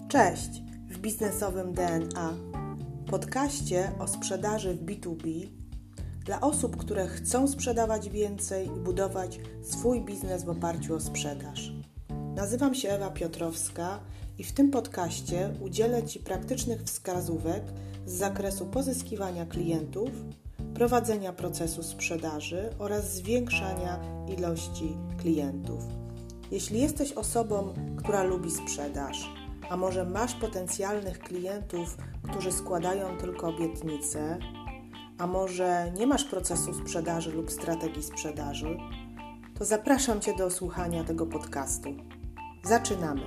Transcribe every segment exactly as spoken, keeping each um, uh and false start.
Cześć w biznesowym D N A, podcaście o sprzedaży w B dwa B dla osób, które chcą sprzedawać więcej i budować swój biznes w oparciu o sprzedaż. Nazywam się Ewa Piotrowska i w tym podcaście udzielę Ci praktycznych wskazówek z zakresu pozyskiwania klientów, prowadzenia procesu sprzedaży oraz zwiększania ilości klientów. Jeśli jesteś osobą, która lubi sprzedaż, a może masz potencjalnych klientów, którzy składają tylko obietnice, a może nie masz procesu sprzedaży lub strategii sprzedaży, to zapraszam Cię do słuchania tego podcastu. Zaczynamy!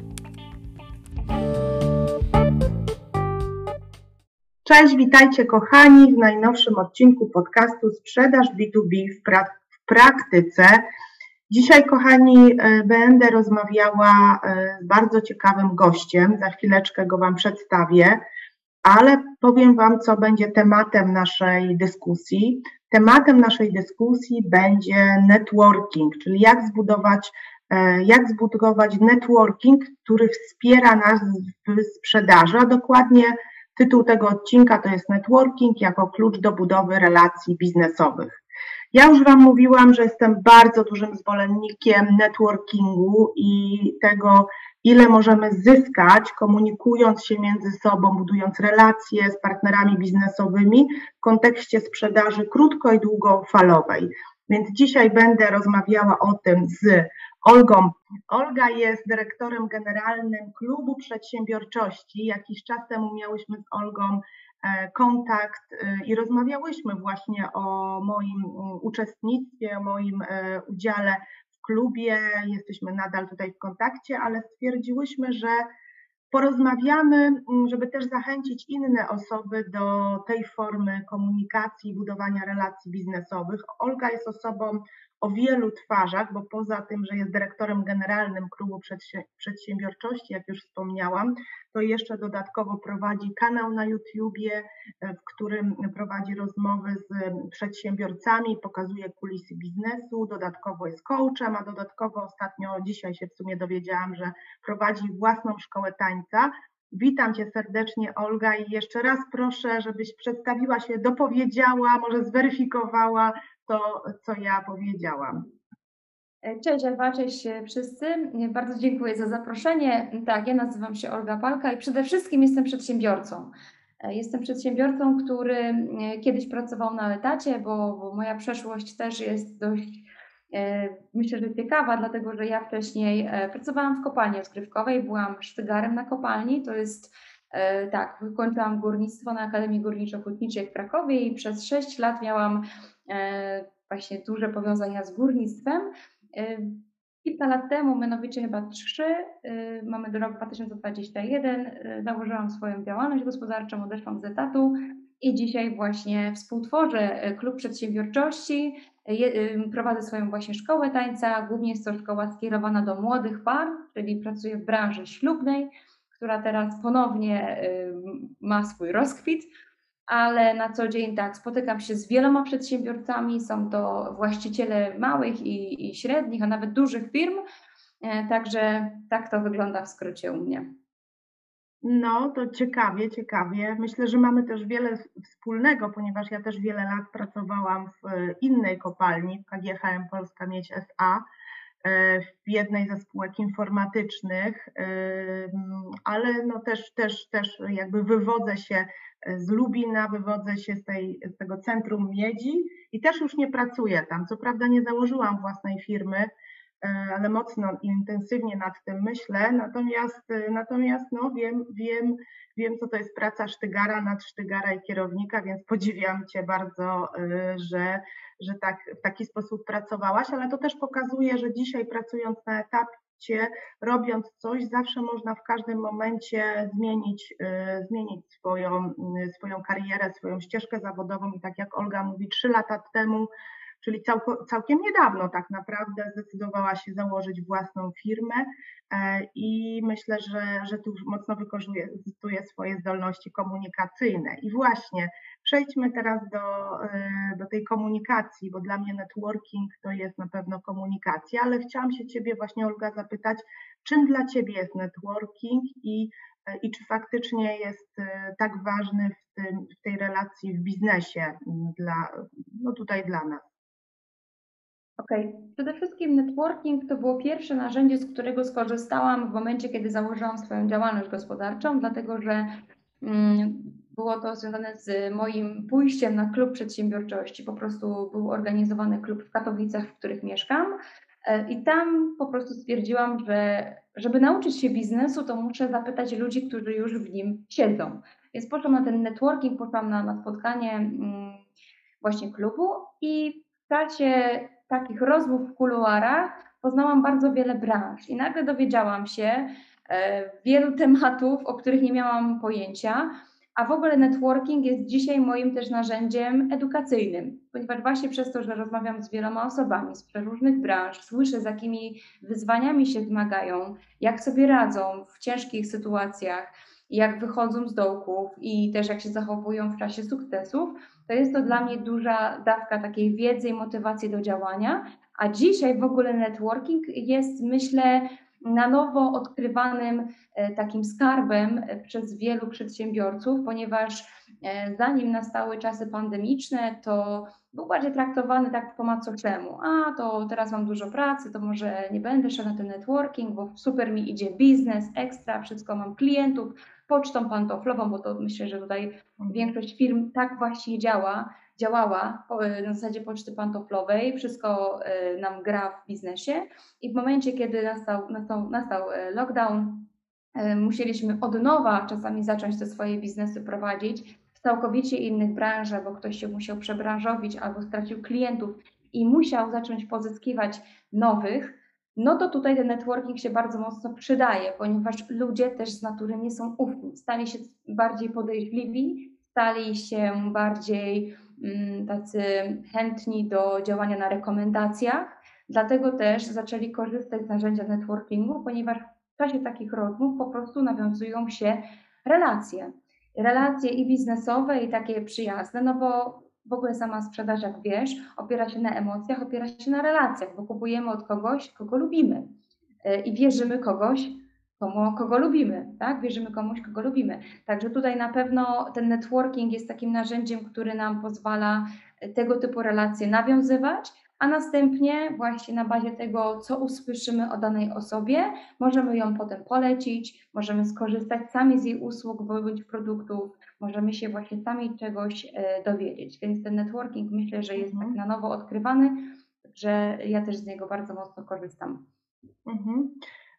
Cześć, witajcie kochani w najnowszym odcinku podcastu Sprzedaż B dwa B w, pra- w praktyce. Dzisiaj, kochani, będę rozmawiała z bardzo ciekawym gościem, za chwileczkę go Wam przedstawię, ale powiem Wam, co będzie tematem naszej dyskusji. Tematem naszej dyskusji będzie networking, czyli jak zbudować, jak zbudować networking, który wspiera nas w sprzedaży, a dokładnie tytuł tego odcinka to jest networking jako klucz do budowy relacji biznesowych. Ja już Wam mówiłam, że jestem bardzo dużym zwolennikiem networkingu i tego, ile możemy zyskać, komunikując się między sobą, budując relacje z partnerami biznesowymi w kontekście sprzedaży krótko- i długofalowej. Więc dzisiaj będę rozmawiała o tym z Olgą. Olga jest dyrektorem generalnym Klubu Przedsiębiorczości. Jakiś czas temu miałyśmy z Olgą kontakt i rozmawiałyśmy właśnie o moim uczestnictwie, o moim udziale w klubie. Jesteśmy nadal tutaj w kontakcie, ale stwierdziłyśmy, że porozmawiamy, żeby też zachęcić inne osoby do tej formy komunikacji, budowania relacji biznesowych. Olga jest osobą o wielu twarzach, bo poza tym, że jest dyrektorem generalnym Klubu Przedsiębiorczości, jak już wspomniałam, to jeszcze dodatkowo prowadzi kanał na YouTubie, w którym prowadzi rozmowy z przedsiębiorcami, pokazuje kulisy biznesu, dodatkowo jest coachem, a dodatkowo ostatnio, dzisiaj się w sumie dowiedziałam, że prowadzi własną szkołę tańca. Witam Cię serdecznie, Olga, i jeszcze raz proszę, żebyś przedstawiła się, dopowiedziała, może zweryfikowała to, co ja powiedziałam. Cześć Ewa, cześć wszyscy. Bardzo dziękuję za zaproszenie. Tak, ja nazywam się Olga Palka i przede wszystkim jestem przedsiębiorcą. Jestem przedsiębiorcą, który kiedyś pracował na etacie, bo, bo moja przeszłość też jest dość, myślę, że ciekawa, dlatego że ja wcześniej pracowałam w kopalni odkrywkowej, byłam sztygarem na kopalni. To jest tak, wykończyłam górnictwo na Akademii Górniczo-Hutniczej w Krakowie i przez sześć lat miałam właśnie duże powiązania z górnictwem. Kilka lat temu, mianowicie chyba trzy, mamy do roku dwa tysiące dwudziesty pierwszy, założyłam swoją działalność gospodarczą, odeszłam z etatu i dzisiaj właśnie współtworzę Klub Przedsiębiorczości, prowadzę swoją właśnie szkołę tańca, głównie jest to szkoła skierowana do młodych par, czyli pracuję w branży ślubnej, która teraz ponownie ma swój rozkwit. Ale na co dzień tak, spotykam się z wieloma przedsiębiorcami, są to właściciele małych i, i średnich, a nawet dużych firm, także tak to wygląda w skrócie u mnie. No, to ciekawie, ciekawie. Myślę, że mamy też wiele wspólnego, ponieważ ja też wiele lat pracowałam w innej kopalni, w K G H M Polska Miedź S A, w jednej ze spółek informatycznych, ale no też, też, też jakby wywodzę się z Lubina, wywodzę się z, tej, z tego centrum miedzi i też już nie pracuję tam. Co prawda nie założyłam własnej firmy, ale mocno i intensywnie nad tym myślę, natomiast, natomiast no wiem, wiem, wiem, co to jest praca sztygara, nadsztygara i kierownika, więc podziwiam Cię bardzo, że, że tak, w taki sposób pracowałaś, ale to też pokazuje, że dzisiaj pracując na etapie, robiąc coś, zawsze można w każdym momencie zmienić, zmienić swoją, swoją karierę, swoją ścieżkę zawodową i tak jak Olga mówi, trzy lata temu, czyli całkiem niedawno tak naprawdę zdecydowała się założyć własną firmę i myślę, że, że tu mocno wykorzystuje swoje zdolności komunikacyjne. I właśnie przejdźmy teraz do, do tej komunikacji, bo dla mnie networking to jest na pewno komunikacja, ale chciałam się Ciebie właśnie, Olga, zapytać, czym dla Ciebie jest networking i i czy faktycznie jest tak ważny w, tym, w tej relacji w biznesie dla, no tutaj dla nas. Okej, okay. Przede wszystkim networking to było pierwsze narzędzie, z którego skorzystałam w momencie, kiedy założyłam swoją działalność gospodarczą, dlatego że mm, było to związane z moim pójściem na klub przedsiębiorczości. Po prostu był organizowany klub w Katowicach, w których mieszkam i tam po prostu stwierdziłam, że żeby nauczyć się biznesu, to muszę zapytać ludzi, którzy już w nim siedzą. Więc poszłam na ten networking, poszłam na, na spotkanie mm, właśnie klubu i w czasie takich rozmów w kuluarach poznałam bardzo wiele branż i nagle dowiedziałam się e, wielu tematów, o których nie miałam pojęcia, a w ogóle networking jest dzisiaj moim też narzędziem edukacyjnym, ponieważ właśnie przez to, że rozmawiam z wieloma osobami z przeróżnych branż, słyszę, z jakimi wyzwaniami się zmagają, jak sobie radzą w ciężkich sytuacjach, jak wychodzą z dołków i też jak się zachowują w czasie sukcesów, to jest to dla mnie duża dawka takiej wiedzy i motywacji do działania, a dzisiaj w ogóle networking jest, myślę, na nowo odkrywanym takim skarbem przez wielu przedsiębiorców, ponieważ zanim nastały czasy pandemiczne, to był bardziej traktowany tak po macoszemu. A, to teraz mam dużo pracy, to może nie będę szedł na ten networking, bo super mi idzie biznes, ekstra, wszystko mam klientów, pocztą pantoflową, bo to myślę, że tutaj większość firm tak właśnie działa, działała na zasadzie poczty pantoflowej, wszystko nam gra w biznesie i w momencie, kiedy nastał, nastał, nastał lockdown, musieliśmy od nowa czasami zacząć te swoje biznesy prowadzić w całkowicie innych branżach, bo ktoś się musiał przebranżowić albo stracił klientów i musiał zacząć pozyskiwać nowych, no to tutaj ten networking się bardzo mocno przydaje, ponieważ ludzie też z natury nie są ufni, stali się bardziej podejrzliwi, stali się bardziej mm, tacy chętni do działania na rekomendacjach, dlatego też zaczęli korzystać z narzędzia networkingu, ponieważ w czasie takich rozmów po prostu nawiązują się relacje. Relacje i biznesowe, i takie przyjazne, no bo w ogóle sama sprzedaż, jak wiesz, opiera się na emocjach, opiera się na relacjach, bo kupujemy od kogoś, kogo lubimy i wierzymy kogoś, komu, kogo lubimy, tak? Wierzymy komuś, kogo lubimy. Także tutaj na pewno ten networking jest takim narzędziem, który nam pozwala tego typu relacje nawiązywać, a następnie właśnie na bazie tego, co usłyszymy o danej osobie, możemy ją potem polecić, możemy skorzystać sami z jej usług bądź produktów, możemy się właśnie sami czegoś dowiedzieć. Więc ten networking myślę, że jest tak na nowo odkrywany, że ja też z niego bardzo mocno korzystam. Mhm.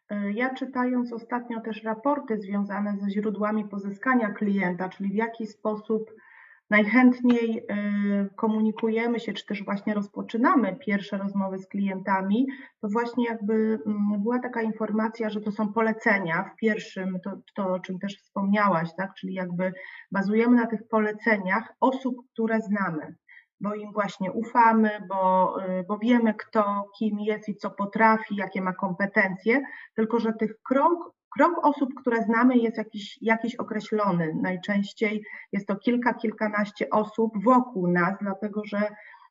Ja czytając ostatnio też raporty związane ze źródłami pozyskania klienta, czyli w jaki sposób najchętniej komunikujemy się, czy też właśnie rozpoczynamy pierwsze rozmowy z klientami, to właśnie jakby była taka informacja, że to są polecenia w pierwszym, to, to o czym też wspomniałaś, tak? Czyli jakby bazujemy na tych poleceniach osób, które znamy, bo im właśnie ufamy, bo, bo wiemy, kto kim jest i co potrafi, jakie ma kompetencje, tylko że tych krąg Krąg osób, które znamy, jest jakiś, jakiś określony. Najczęściej jest to kilka, kilkanaście osób wokół nas, dlatego że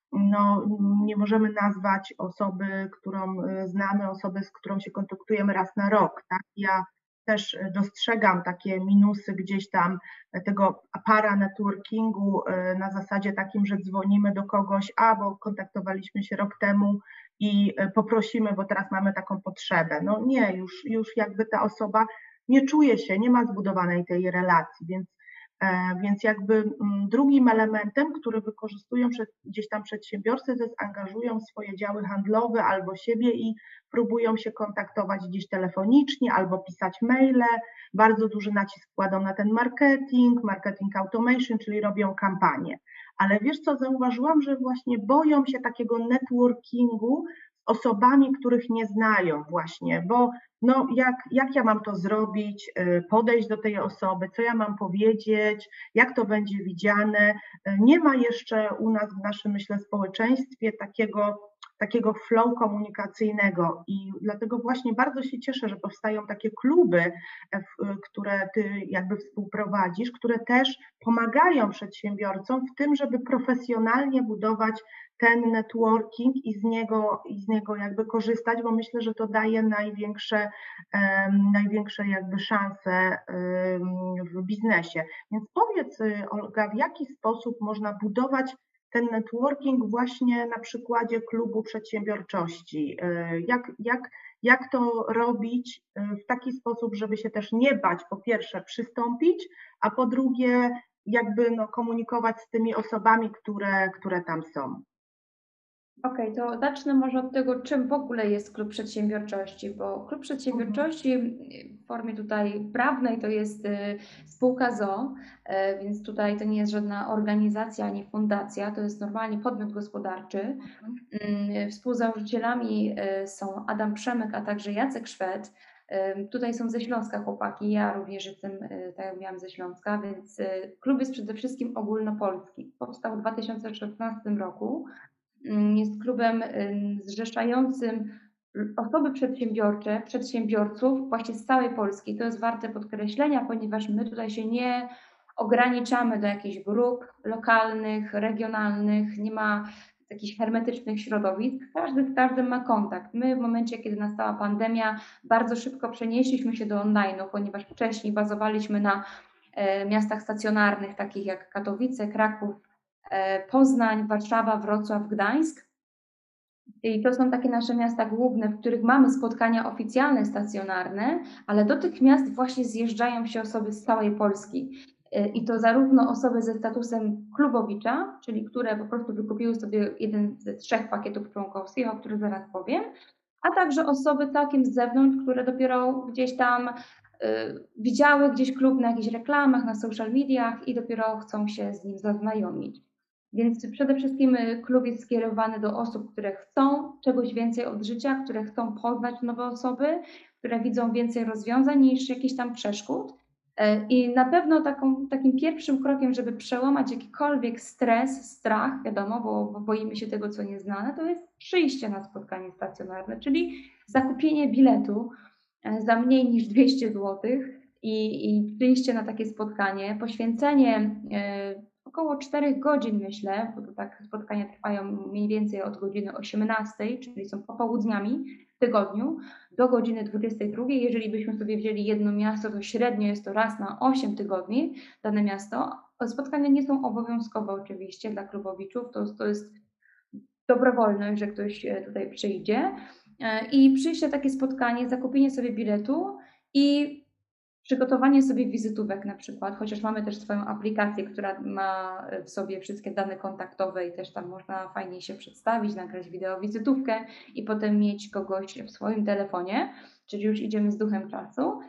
no, nie możemy nazwać osoby, którą znamy, osoby, z którą się kontaktujemy raz na rok. Tak? Ja też dostrzegam takie minusy gdzieś tam tego para networkingu na zasadzie takim, że dzwonimy do kogoś, a bo kontaktowaliśmy się rok temu i poprosimy, bo teraz mamy taką potrzebę. No nie, już, już jakby ta osoba nie czuje się, nie ma zbudowanej tej relacji, więc, więc jakby drugim elementem, który wykorzystują gdzieś tam przedsiębiorcy, to jest angażują swoje działy handlowe albo siebie i próbują się kontaktować gdzieś telefonicznie albo pisać maile, bardzo duży nacisk kładą na ten marketing, marketing automation, czyli robią kampanię. Ale wiesz co, zauważyłam, że właśnie boją się takiego networkingu z osobami, których nie znają właśnie, bo no jak, jak ja mam to zrobić, podejść do tej osoby, co ja mam powiedzieć, jak to będzie widziane. Nie ma jeszcze u nas w naszym, myślę, społeczeństwie takiego takiego flow komunikacyjnego i dlatego właśnie bardzo się cieszę, że powstają takie kluby, które Ty jakby współprowadzisz, które też pomagają przedsiębiorcom w tym, żeby profesjonalnie budować ten networking i z niego, i z niego jakby korzystać, bo myślę, że to daje największe, um, największe jakby szanse um, w biznesie. Więc powiedz, Olga, w jaki sposób można budować ten networking właśnie na przykładzie klubu przedsiębiorczości? Jak, jak, jak to robić w taki sposób, żeby się też nie bać, po pierwsze przystąpić, a po drugie jakby no, komunikować z tymi osobami, które, które tam są? Okej, okay, to zacznę może od tego, czym w ogóle jest Klub Przedsiębiorczości, bo Klub Przedsiębiorczości w formie tutaj prawnej to jest spółka z o o, więc tutaj to nie jest żadna organizacja ani fundacja, to jest normalnie podmiot gospodarczy. Współzałożycielami są Adam Przemek, a także Jacek Szwed. Tutaj są ze Śląska chłopaki, ja również jestem, tak jak miałam, ze Śląska, więc klub jest przede wszystkim ogólnopolski. Powstał w dwa tysiące szesnastym roku. Jest klubem zrzeszającym osoby przedsiębiorcze, przedsiębiorców właśnie z całej Polski. To jest warte podkreślenia, ponieważ my tutaj się nie ograniczamy do jakichś grup lokalnych, regionalnych, nie ma takich hermetycznych środowisk. Każdy z każdym ma kontakt. My w momencie, kiedy nastała pandemia, bardzo szybko przenieśliśmy się do online'u, ponieważ wcześniej bazowaliśmy na miastach stacjonarnych, takich jak Katowice, Kraków, Poznań, Warszawa, Wrocław, Gdańsk. I to są takie nasze miasta główne, w których mamy spotkania oficjalne, stacjonarne, ale do tych miast właśnie zjeżdżają się osoby z całej Polski. I to zarówno osoby ze statusem klubowicza, czyli które po prostu wykupiły sobie jeden ze trzech pakietów członkowskich, o których zaraz powiem, a także osoby całkiem z zewnątrz, które dopiero gdzieś tam y, widziały gdzieś klub na jakichś reklamach, na social mediach i dopiero chcą się z nim zaznajomić. Więc przede wszystkim klub jest skierowany do osób, które chcą czegoś więcej od życia, które chcą poznać nowe osoby, które widzą więcej rozwiązań niż jakichś tam przeszkód. I na pewno taką, takim pierwszym krokiem, żeby przełamać jakikolwiek stres, strach, wiadomo, bo, bo boimy się tego, co nieznane, to jest przyjście na spotkanie stacjonarne, czyli zakupienie biletu za mniej niż dwieście złotych i, i przyjście na takie spotkanie, poświęcenie około czterech godzin, myślę, bo to tak spotkania trwają mniej więcej od godziny osiemnastej, czyli są popołudniami w tygodniu, do godziny dwudziestej drugiej. Jeżeli byśmy sobie wzięli jedno miasto, to średnio jest to raz na osiem tygodni dane miasto. Spotkania nie są obowiązkowe oczywiście dla klubowiczów, to, to jest dobrowolność, że ktoś tutaj przyjdzie. I przyjście na takie spotkanie, zakupienie sobie biletu i przygotowanie sobie wizytówek na przykład, chociaż mamy też swoją aplikację, która ma w sobie wszystkie dane kontaktowe i też tam można fajnie się przedstawić, nagrać wideo wizytówkę i potem mieć kogoś w swoim telefonie, czyli już idziemy z duchem czasu.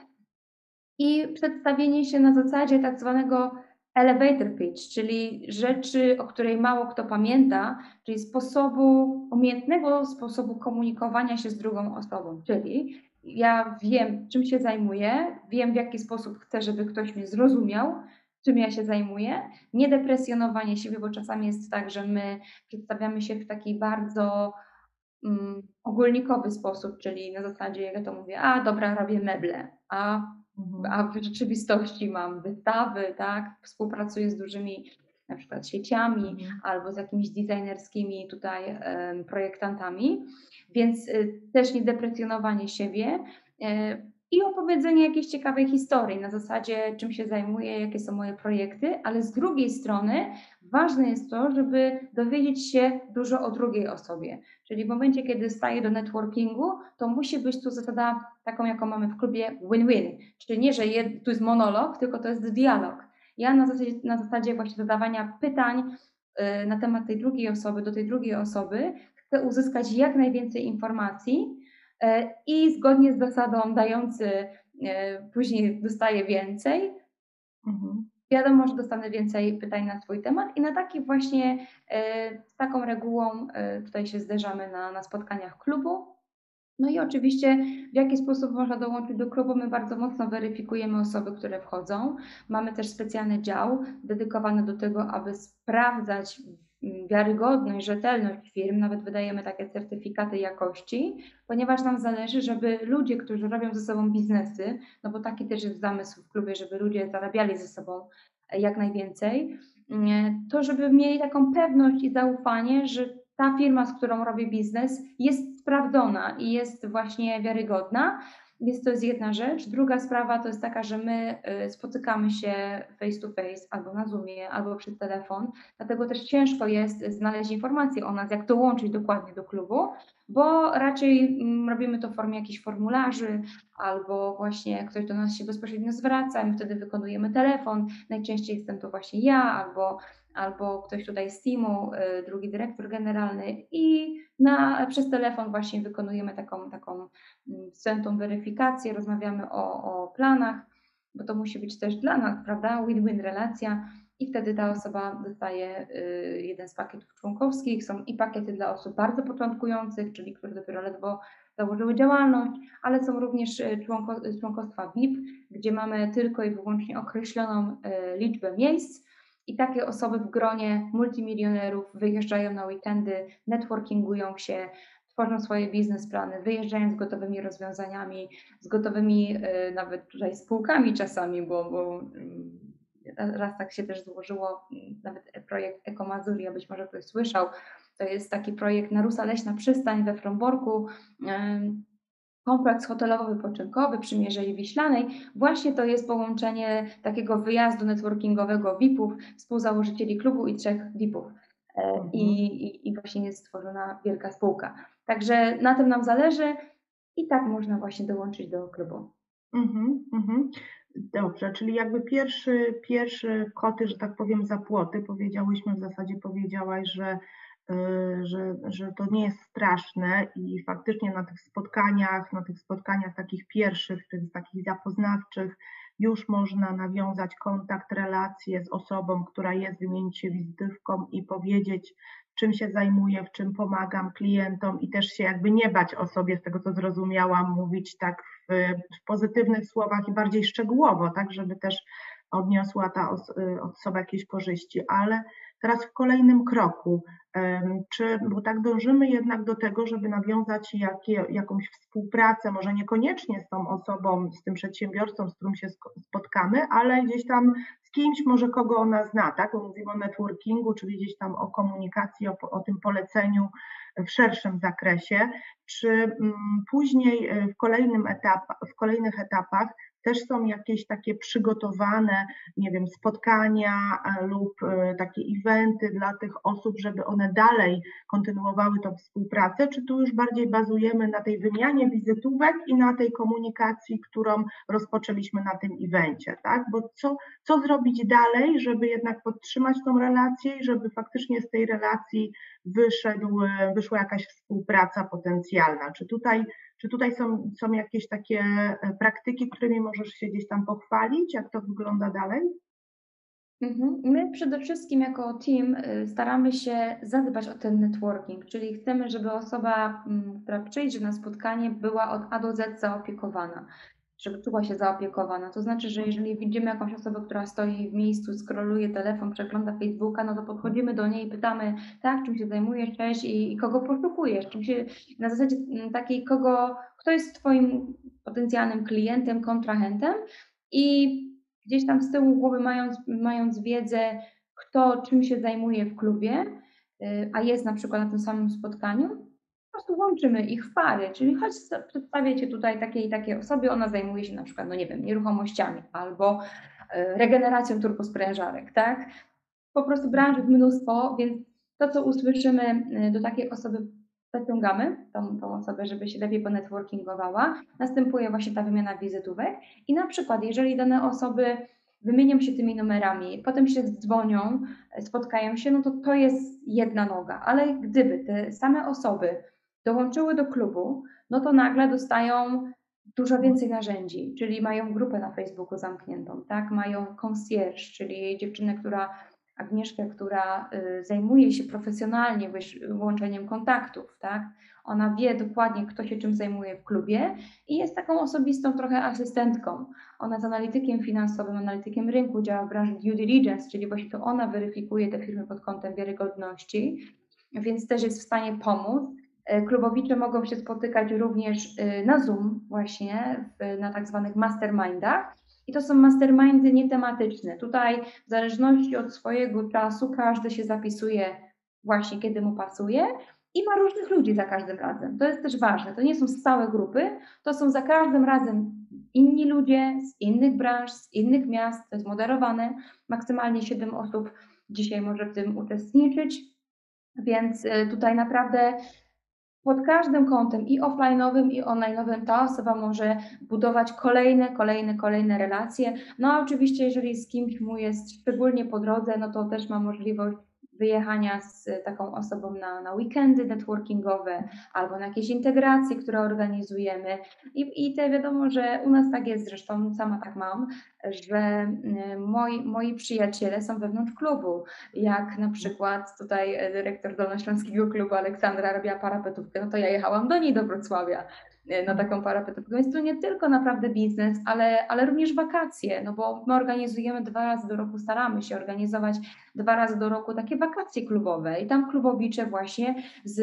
I przedstawienie się na zasadzie tak zwanego elevator pitch, czyli rzeczy, o której mało kto pamięta, czyli sposobu, umiejętnego sposobu komunikowania się z drugą osobą, czyli ja wiem, czym się zajmuję, wiem, w jaki sposób chcę, żeby ktoś mnie zrozumiał, czym ja się zajmuję. Nie depresjonowanie siebie, bo czasami jest tak, że my przedstawiamy się w taki bardzo um, ogólnikowy sposób, czyli na zasadzie, jak ja to mówię, a dobra, robię meble, a, a w rzeczywistości mam wystawy, tak, współpracuję z dużymi na przykład sieciami mhm. albo z jakimiś designerskimi tutaj um, projektantami. Więc y, też nie depresjonowanie siebie y, i opowiedzenie jakiejś ciekawej historii na zasadzie, czym się zajmuję, jakie są moje projekty, ale z drugiej strony ważne jest to, żeby dowiedzieć się dużo o drugiej osobie. Czyli w momencie, kiedy staję do networkingu, to musi być tu zasada taką, jaką mamy w klubie win-win. Czyli nie, że jed, tu jest monolog, tylko to jest dialog. Ja na zasadzie, na zasadzie właśnie zadawania pytań y, na temat tej drugiej osoby, do tej drugiej osoby, chcę uzyskać jak najwięcej informacji i zgodnie z zasadą dający później dostaje więcej. Mhm. Wiadomo, że dostanę więcej pytań na swój temat i na taki właśnie, z taką regułą tutaj się zderzamy na, na spotkaniach klubu. No i oczywiście w jaki sposób można dołączyć do klubu, my bardzo mocno weryfikujemy osoby, które wchodzą. Mamy też specjalny dział dedykowany do tego, aby sprawdzać, wiarygodność, rzetelność firm, nawet wydajemy takie certyfikaty jakości, ponieważ nam zależy, żeby ludzie, którzy robią ze sobą biznesy, no bo taki też jest zamysł w klubie, żeby ludzie zarabiali ze sobą jak najwięcej, to żeby mieli taką pewność i zaufanie, że ta firma, z którą robię biznes, jest sprawdzona i jest właśnie wiarygodna. Więc to jest jedna rzecz. Druga sprawa to jest taka, że my spotykamy się face to face albo na Zoomie, albo przez telefon, dlatego też ciężko jest znaleźć informacje o nas, jak dołączyć dokładnie do klubu, bo raczej robimy to w formie jakichś formularzy, albo właśnie ktoś do nas się bezpośrednio zwraca, my wtedy wykonujemy telefon, najczęściej jestem to właśnie ja, albo albo ktoś tutaj z teamu, drugi dyrektor generalny i na, przez telefon właśnie wykonujemy taką, taką wstępną weryfikację, rozmawiamy o, o planach, bo to musi być też dla nas, prawda, win-win relacja i wtedy ta osoba dostaje jeden z pakietów członkowskich. Są i pakiety dla osób bardzo początkujących, czyli które dopiero ledwo założyły działalność, ale są również członko, członkostwa V I P, gdzie mamy tylko i wyłącznie określoną liczbę miejsc. I takie osoby w gronie multimilionerów wyjeżdżają na weekendy, networkingują się, tworzą swoje biznesplany, wyjeżdżają z gotowymi rozwiązaniami, z gotowymi y, nawet tutaj spółkami czasami, bo, bo y, raz tak się też złożyło, y, nawet projekt Eko Mazuria, być może ktoś słyszał, to jest taki projekt Narusa Leśna Przystań we Fromborku, y, kompleks hotelowo-wypoczynkowy przy Mierzei Wiślanej. Właśnie to jest połączenie takiego wyjazdu networkingowego V I P-ów, współzałożycieli klubu i trzech V I P-ów. Mhm. I, i, I właśnie jest stworzona wielka spółka. Także na tym nam zależy i tak można właśnie dołączyć do klubu. Mhm, mhm. Dobrze, czyli jakby pierwszy, pierwszy koty, że tak powiem, za płoty, powiedziałyśmy, w zasadzie powiedziałaś, że Że, że to nie jest straszne i faktycznie na tych spotkaniach, na tych spotkaniach takich pierwszych, tych takich zapoznawczych już można nawiązać kontakt, relacje z osobą, która jest, wymienić się wizytówką i powiedzieć, czym się zajmuję, w czym pomagam klientom i też się jakby nie bać o sobie, z tego co zrozumiałam, mówić tak w, w pozytywnych słowach i bardziej szczegółowo, tak, żeby też odniosła ta osoba jakieś korzyści, ale teraz w kolejnym kroku, czy, bo tak dążymy jednak do tego, żeby nawiązać jakie, jakąś współpracę, może niekoniecznie z tą osobą, z tym przedsiębiorcą, z którym się spotkamy, ale gdzieś tam z kimś, może kogo ona zna, tak? Bo mówimy o networkingu, czyli gdzieś tam o komunikacji, o, o tym poleceniu w szerszym zakresie, czy mm, później w, kolejnym etap, w kolejnych etapach też są jakieś takie przygotowane, nie wiem, spotkania lub takie eventy dla tych osób, żeby one dalej kontynuowały tą współpracę, czy tu już bardziej bazujemy na tej wymianie wizytówek i na tej komunikacji, którą rozpoczęliśmy na tym evencie, tak? Bo co, co zrobić dalej, żeby jednak podtrzymać tą relację i żeby faktycznie z tej relacji wyszedł, wyszła jakaś współpraca potencjalna? Czy tutaj Czy tutaj są, są jakieś takie praktyki, którymi możesz się gdzieś tam pochwalić? Jak to wygląda dalej? My przede wszystkim jako team staramy się zadbać o ten networking, czyli chcemy, żeby osoba, która przyjdzie na spotkanie, była od A do Z zaopiekowana, żeby czuła się zaopiekowana. To znaczy, że jeżeli widzimy jakąś osobę, która stoi w miejscu, scrolluje telefon, przegląda Facebooka, no to podchodzimy do niej i pytamy, tak, czym się zajmujesz, cześć i, i kogo poszukujesz, czym się, na zasadzie takiej, kogo, kto jest twoim potencjalnym klientem, kontrahentem i gdzieś tam z tyłu głowy mając, mając wiedzę, kto czym się zajmuje w klubie, a jest na przykład na tym samym spotkaniu, po prostu łączymy ich w pary, czyli chodź, przedstawię Cię tutaj takiej i takiej osobie, ona zajmuje się na przykład, no nie wiem, nieruchomościami albo regeneracją turbosprężarek, tak? Po prostu branż jest mnóstwo, więc to, co usłyszymy, do takiej osoby zaciągamy tą, tą osobę, żeby się lepiej ponetworkingowała. Następuje właśnie ta wymiana wizytówek i na przykład, jeżeli dane osoby wymienią się tymi numerami, potem się dzwonią, spotkają się, no to to jest jedna noga, ale gdyby te same osoby dołączyły do klubu, no to nagle dostają dużo więcej narzędzi, czyli mają grupę na Facebooku zamkniętą, tak? Mają concierge, czyli dziewczynę, która Agnieszkę, która zajmuje się profesjonalnie łączeniem kontaktów, tak? Ona wie dokładnie, kto się czym zajmuje w klubie i jest taką osobistą trochę asystentką. Ona jest analitykiem finansowym, analitykiem rynku, działa w branży due diligence, czyli właśnie to ona weryfikuje te firmy pod kątem wiarygodności, więc też jest w stanie pomóc. Klubowicze mogą się spotykać również na Zoom właśnie, na tak zwanych mastermindach. I to są mastermindy nietematyczne. Tutaj w zależności od swojego czasu każdy się zapisuje właśnie kiedy mu pasuje i ma różnych ludzi za każdym razem. To jest też ważne. To nie są stałe grupy, to są za każdym razem inni ludzie z innych branż, z innych miast. To jest moderowane. Maksymalnie siedem osób dzisiaj może w tym uczestniczyć. Więc tutaj naprawdę pod każdym kątem i offline'owym, i online'owym ta osoba może budować kolejne, kolejne, kolejne relacje. No a oczywiście, jeżeli z kimś mu jest szczególnie po drodze, no to też ma możliwość wyjechania z taką osobą na, na weekendy networkingowe albo na jakieś integracje, które organizujemy. I, i te wiadomo, że u nas tak jest, zresztą sama tak mam, że moi, moi przyjaciele są wewnątrz klubu. Jak na przykład tutaj dyrektor Dolnośląskiego Klubu Aleksandra robiła parapetówkę, no to ja jechałam do niej do Wrocławia na taką parapetówkę. Więc to nie tylko naprawdę biznes, ale, ale również wakacje, no bo my organizujemy dwa razy do roku, staramy się organizować dwa razy do roku takie wakacje klubowe i tam klubowicze właśnie z,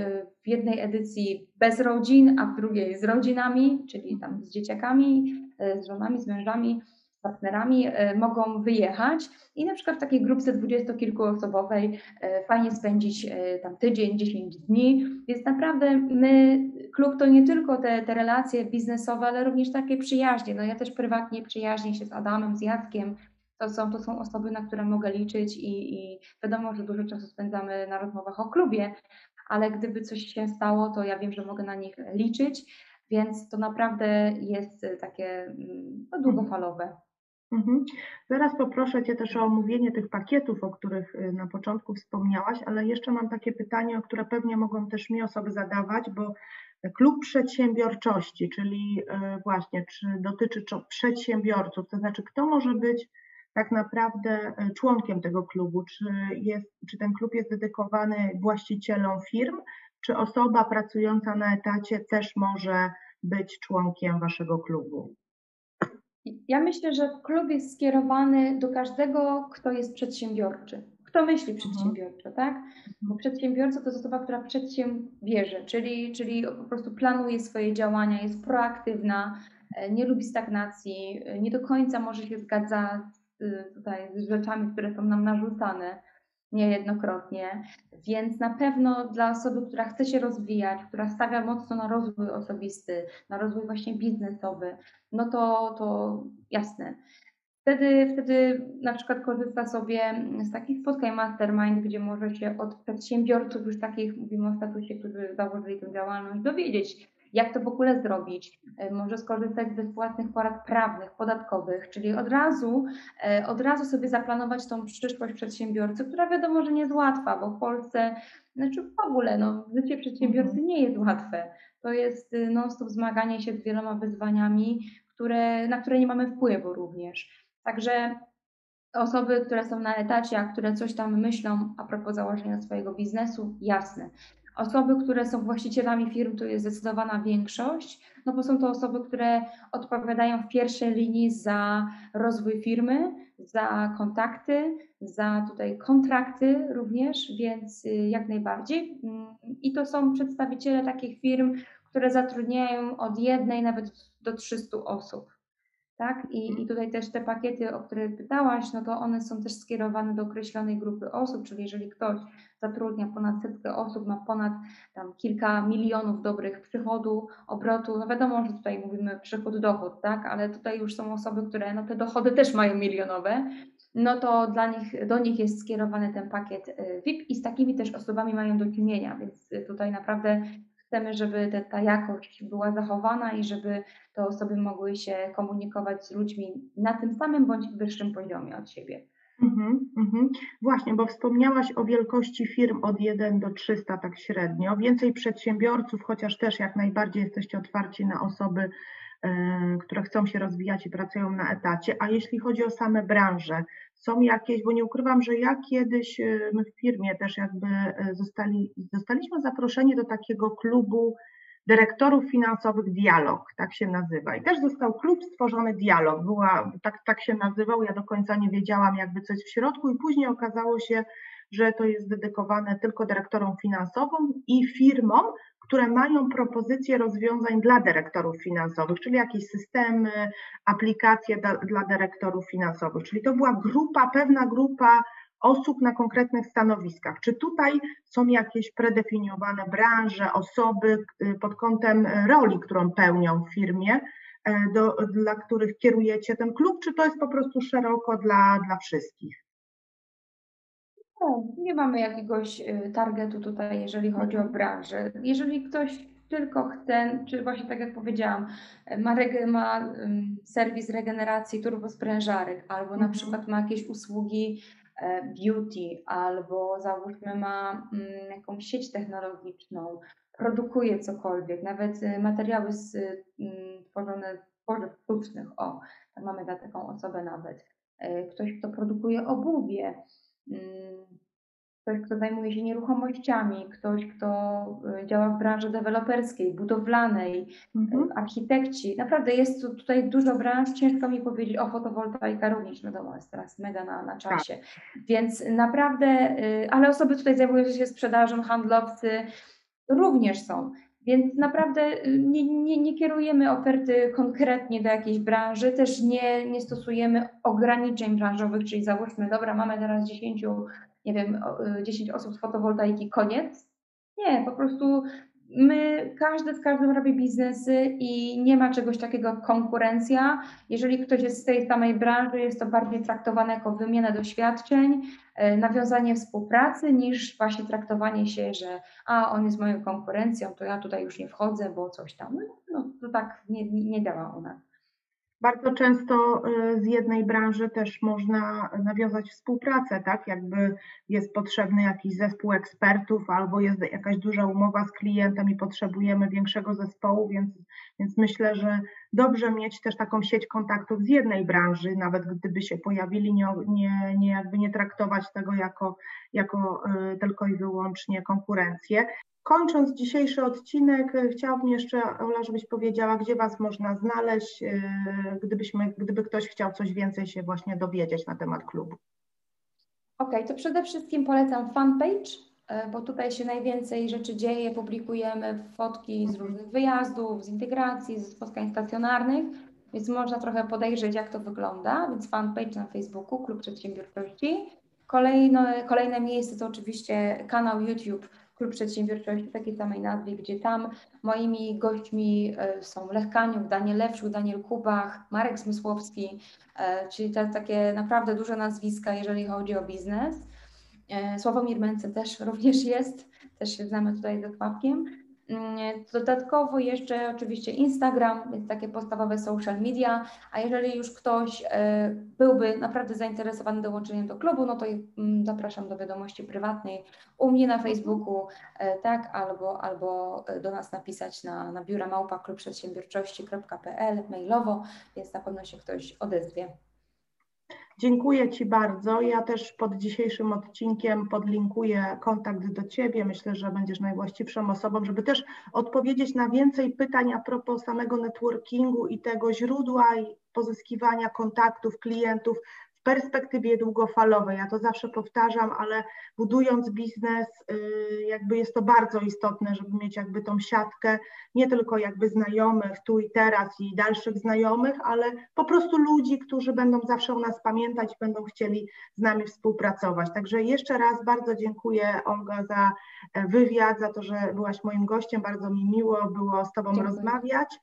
w jednej edycji bez rodzin, a w drugiej z rodzinami, czyli tam z dzieciakami, z żonami, z mężami, z partnerami mogą wyjechać i na przykład w takiej grupce dwudziestokilkuosobowej fajnie spędzić tam tydzień, dziesięć dni, więc naprawdę my, klub to nie tylko te, te relacje biznesowe, ale również takie przyjaźnie. No ja też prywatnie przyjaźnię się z Adamem, z Jackiem. To są, to są osoby, na które mogę liczyć i, i wiadomo, że dużo czasu spędzamy na rozmowach o klubie, ale gdyby coś się stało, to ja wiem, że mogę na nich liczyć, więc to naprawdę jest takie no, długofalowe. Mhm. Zaraz poproszę Cię też o omówienie tych pakietów, o których na początku wspomniałaś, ale jeszcze mam takie pytanie, o które pewnie mogą też mi osoby zadawać, bo klub przedsiębiorczości, czyli właśnie czy dotyczy przedsiębiorców, to znaczy kto może być tak naprawdę członkiem tego klubu, czy, jest, czy ten klub jest dedykowany właścicielom firm, czy osoba pracująca na etacie też może być członkiem Waszego klubu? Ja myślę, że klub jest skierowany do każdego, kto jest przedsiębiorczy, kto myśli przedsiębiorczo, tak? Bo przedsiębiorca to jest osoba, która przedsiębierze, czyli, czyli po prostu planuje swoje działania, jest proaktywna, nie lubi stagnacji, nie do końca może się zgadza z, tutaj z rzeczami, które są nam narzucane niejednokrotnie, więc na pewno dla osoby, która chce się rozwijać, która stawia mocno na rozwój osobisty, na rozwój właśnie biznesowy, no to, to jasne. Wtedy, wtedy na przykład korzysta sobie z takich spotkań mastermind, gdzie może się od przedsiębiorców już takich, mówimy o statusie, którzy założyli tę działalność, dowiedzieć, jak to w ogóle zrobić. Może skorzystać z bezpłatnych porad prawnych, podatkowych, czyli od razu, od razu sobie zaplanować tą przyszłość przedsiębiorcy, która wiadomo, że nie jest łatwa, bo w Polsce, znaczy w ogóle, no, życie przedsiębiorcy nie jest łatwe. To jest non-stop zmaganie się z wieloma wyzwaniami, które, na które nie mamy wpływu również. Także osoby, które są na etacie, a które coś tam myślą a propos założenia swojego biznesu, jasne. Osoby, które są właścicielami firm, to jest zdecydowana większość, no bo są to osoby, które odpowiadają w pierwszej linii za rozwój firmy, za kontakty, za tutaj kontrakty również, więc jak najbardziej. I to są przedstawiciele takich firm, które zatrudniają od jednej nawet do trzystu osób. Tak? I, I tutaj też te pakiety, o które pytałaś, no to one są też skierowane do określonej grupy osób, czyli jeżeli ktoś zatrudnia ponad setkę osób, ma ponad tam kilka milionów dobrych przychodu, obrotu, no wiadomo, że tutaj mówimy przychód, dochód, tak? Ale tutaj już są osoby, które no te dochody też mają milionowe, no to dla nich, do nich jest skierowany ten pakiet V I P i z takimi też osobami mają do czynienia, więc tutaj naprawdę chcemy, żeby te, ta jakość była zachowana i żeby te osoby mogły się komunikować z ludźmi na tym samym bądź wyższym poziomie od siebie. Mhm, mhm. Właśnie, bo wspomniałaś o wielkości firm od jeden do trzystu tak średnio. Więcej przedsiębiorców, chociaż też jak najbardziej jesteście otwarci na osoby które chcą się rozwijać i pracują na etacie, a jeśli chodzi o same branże, są jakieś, bo nie ukrywam, że ja kiedyś, my w firmie też jakby zostali, zostaliśmy zaproszeni do takiego klubu dyrektorów finansowych Dialog, tak się nazywa. I też został klub stworzony Dialog, była, tak, tak się nazywał, ja do końca nie wiedziałam jakby coś w środku i później okazało się, że to jest dedykowane tylko dyrektorom finansowym i firmom, które mają propozycje rozwiązań dla dyrektorów finansowych, czyli jakieś systemy, aplikacje dla, dla dyrektorów finansowych. Czyli to była grupa, pewna grupa osób na konkretnych stanowiskach. Czy tutaj są jakieś predefiniowane branże, osoby pod kątem roli, którą pełnią w firmie, do, dla których kierujecie ten klub, czy to jest po prostu szeroko dla, dla wszystkich? No, nie mamy jakiegoś targetu tutaj, jeżeli chodzi o branżę. Jeżeli ktoś tylko chce, czy właśnie tak jak powiedziałam, ma, rege, ma serwis regeneracji turbosprężarek, albo na Mhm. przykład ma jakieś usługi beauty, albo załóżmy ma jakąś sieć technologiczną, produkuje cokolwiek, nawet materiały z, tworzone z tworzyw sztucznych, o, tam mamy dla taką osobę nawet. Ktoś, kto produkuje obuwie, ktoś, kto zajmuje się nieruchomościami, ktoś, kto działa w branży deweloperskiej, budowlanej, mhm. architekci. Naprawdę jest tu, tutaj dużo branż, ciężko mi powiedzieć, o fotowoltaika również, wiadomo, jest teraz mega na, na czasie. Tak. Więc naprawdę, ale osoby tutaj zajmujące się sprzedażą, handlowcy również są. Więc naprawdę nie, nie, nie kierujemy oferty konkretnie do jakiejś branży, też nie, nie stosujemy ograniczeń branżowych, czyli załóżmy, dobra, mamy teraz dziesięć, nie wiem, dziesięć osób z fotowoltaiki, koniec. Nie, po prostu my, każdy z każdym robi biznesy i nie ma czegoś takiego jak konkurencja. Jeżeli ktoś jest z tej samej branży, jest to bardziej traktowane jako wymiana doświadczeń, nawiązanie współpracy, niż właśnie traktowanie się, że a on jest moją konkurencją, to ja tutaj już nie wchodzę, bo coś tam. No to tak nie, nie działa u nas. Bardzo często z jednej branży też można nawiązać współpracę, tak? Jakby jest potrzebny jakiś zespół ekspertów albo jest jakaś duża umowa z klientem i potrzebujemy większego zespołu, więc, więc myślę, że dobrze mieć też taką sieć kontaktów z jednej branży, nawet gdyby się pojawili, nie, nie, nie, jakby nie traktować tego jako, jako tylko i wyłącznie konkurencję. Kończąc dzisiejszy odcinek, chciałabym jeszcze, Ola, żebyś powiedziała, gdzie Was można znaleźć, gdybyśmy, gdyby ktoś chciał coś więcej się właśnie dowiedzieć na temat klubu. Okej, okay, to przede wszystkim polecam fanpage, bo tutaj się najwięcej rzeczy dzieje, publikujemy fotki z różnych wyjazdów, z integracji, ze spotkań stacjonarnych, więc można trochę podejrzeć, jak to wygląda, więc fanpage na Facebooku, Klub Przedsiębiorczości. Kolejne, kolejne miejsce to oczywiście kanał YouTube Klub Przedsiębiorczości w takiej samej nazwie, gdzie tam moimi gośćmi są Lech Kaniuk, Daniel Lewczuk, Daniel Kubach, Marek Zmysłowski, czyli te takie naprawdę duże nazwiska, jeżeli chodzi o biznes. Sławomir Mencen też również jest, też się znamy tutaj ze Sławkiem. Dodatkowo jeszcze oczywiście Instagram, więc takie podstawowe social media, a jeżeli już ktoś byłby naprawdę zainteresowany dołączeniem do klubu, no to zapraszam do wiadomości prywatnej u mnie na Facebooku, tak, albo, albo do nas napisać na, na biura małpa klub przedsiębiorczości kropka p l mailowo, więc na pewno się ktoś odezwie. Dziękuję Ci bardzo. Ja też pod dzisiejszym odcinkiem podlinkuję kontakt do Ciebie. Myślę, że będziesz najwłaściwszą osobą, żeby też odpowiedzieć na więcej pytań a propos samego networkingu i tego źródła i pozyskiwania kontaktów, klientów w perspektywie długofalowej. Ja to zawsze powtarzam, ale budując biznes, jakby jest to bardzo istotne, żeby mieć jakby tą siatkę nie tylko jakby znajomych tu i teraz i dalszych znajomych, ale po prostu ludzi, którzy będą zawsze o nas pamiętać i będą chcieli z nami współpracować. Także jeszcze raz bardzo dziękuję, Olga, za wywiad, za to, że byłaś moim gościem. Bardzo mi miło było z Tobą dziękuję. rozmawiać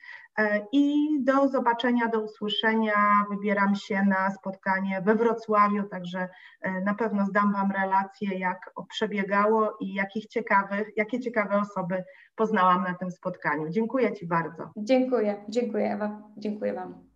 i do zobaczenia, do usłyszenia. Wybieram się na spotkanie we Wrocławiu, także na pewno zdam Wam relację, jak przebiegało i jakich ciekawych, jakie ciekawe osoby poznałam na tym spotkaniu. Dziękuję Ci bardzo. Dziękuję, dziękuję Ewa, dziękuję Wam.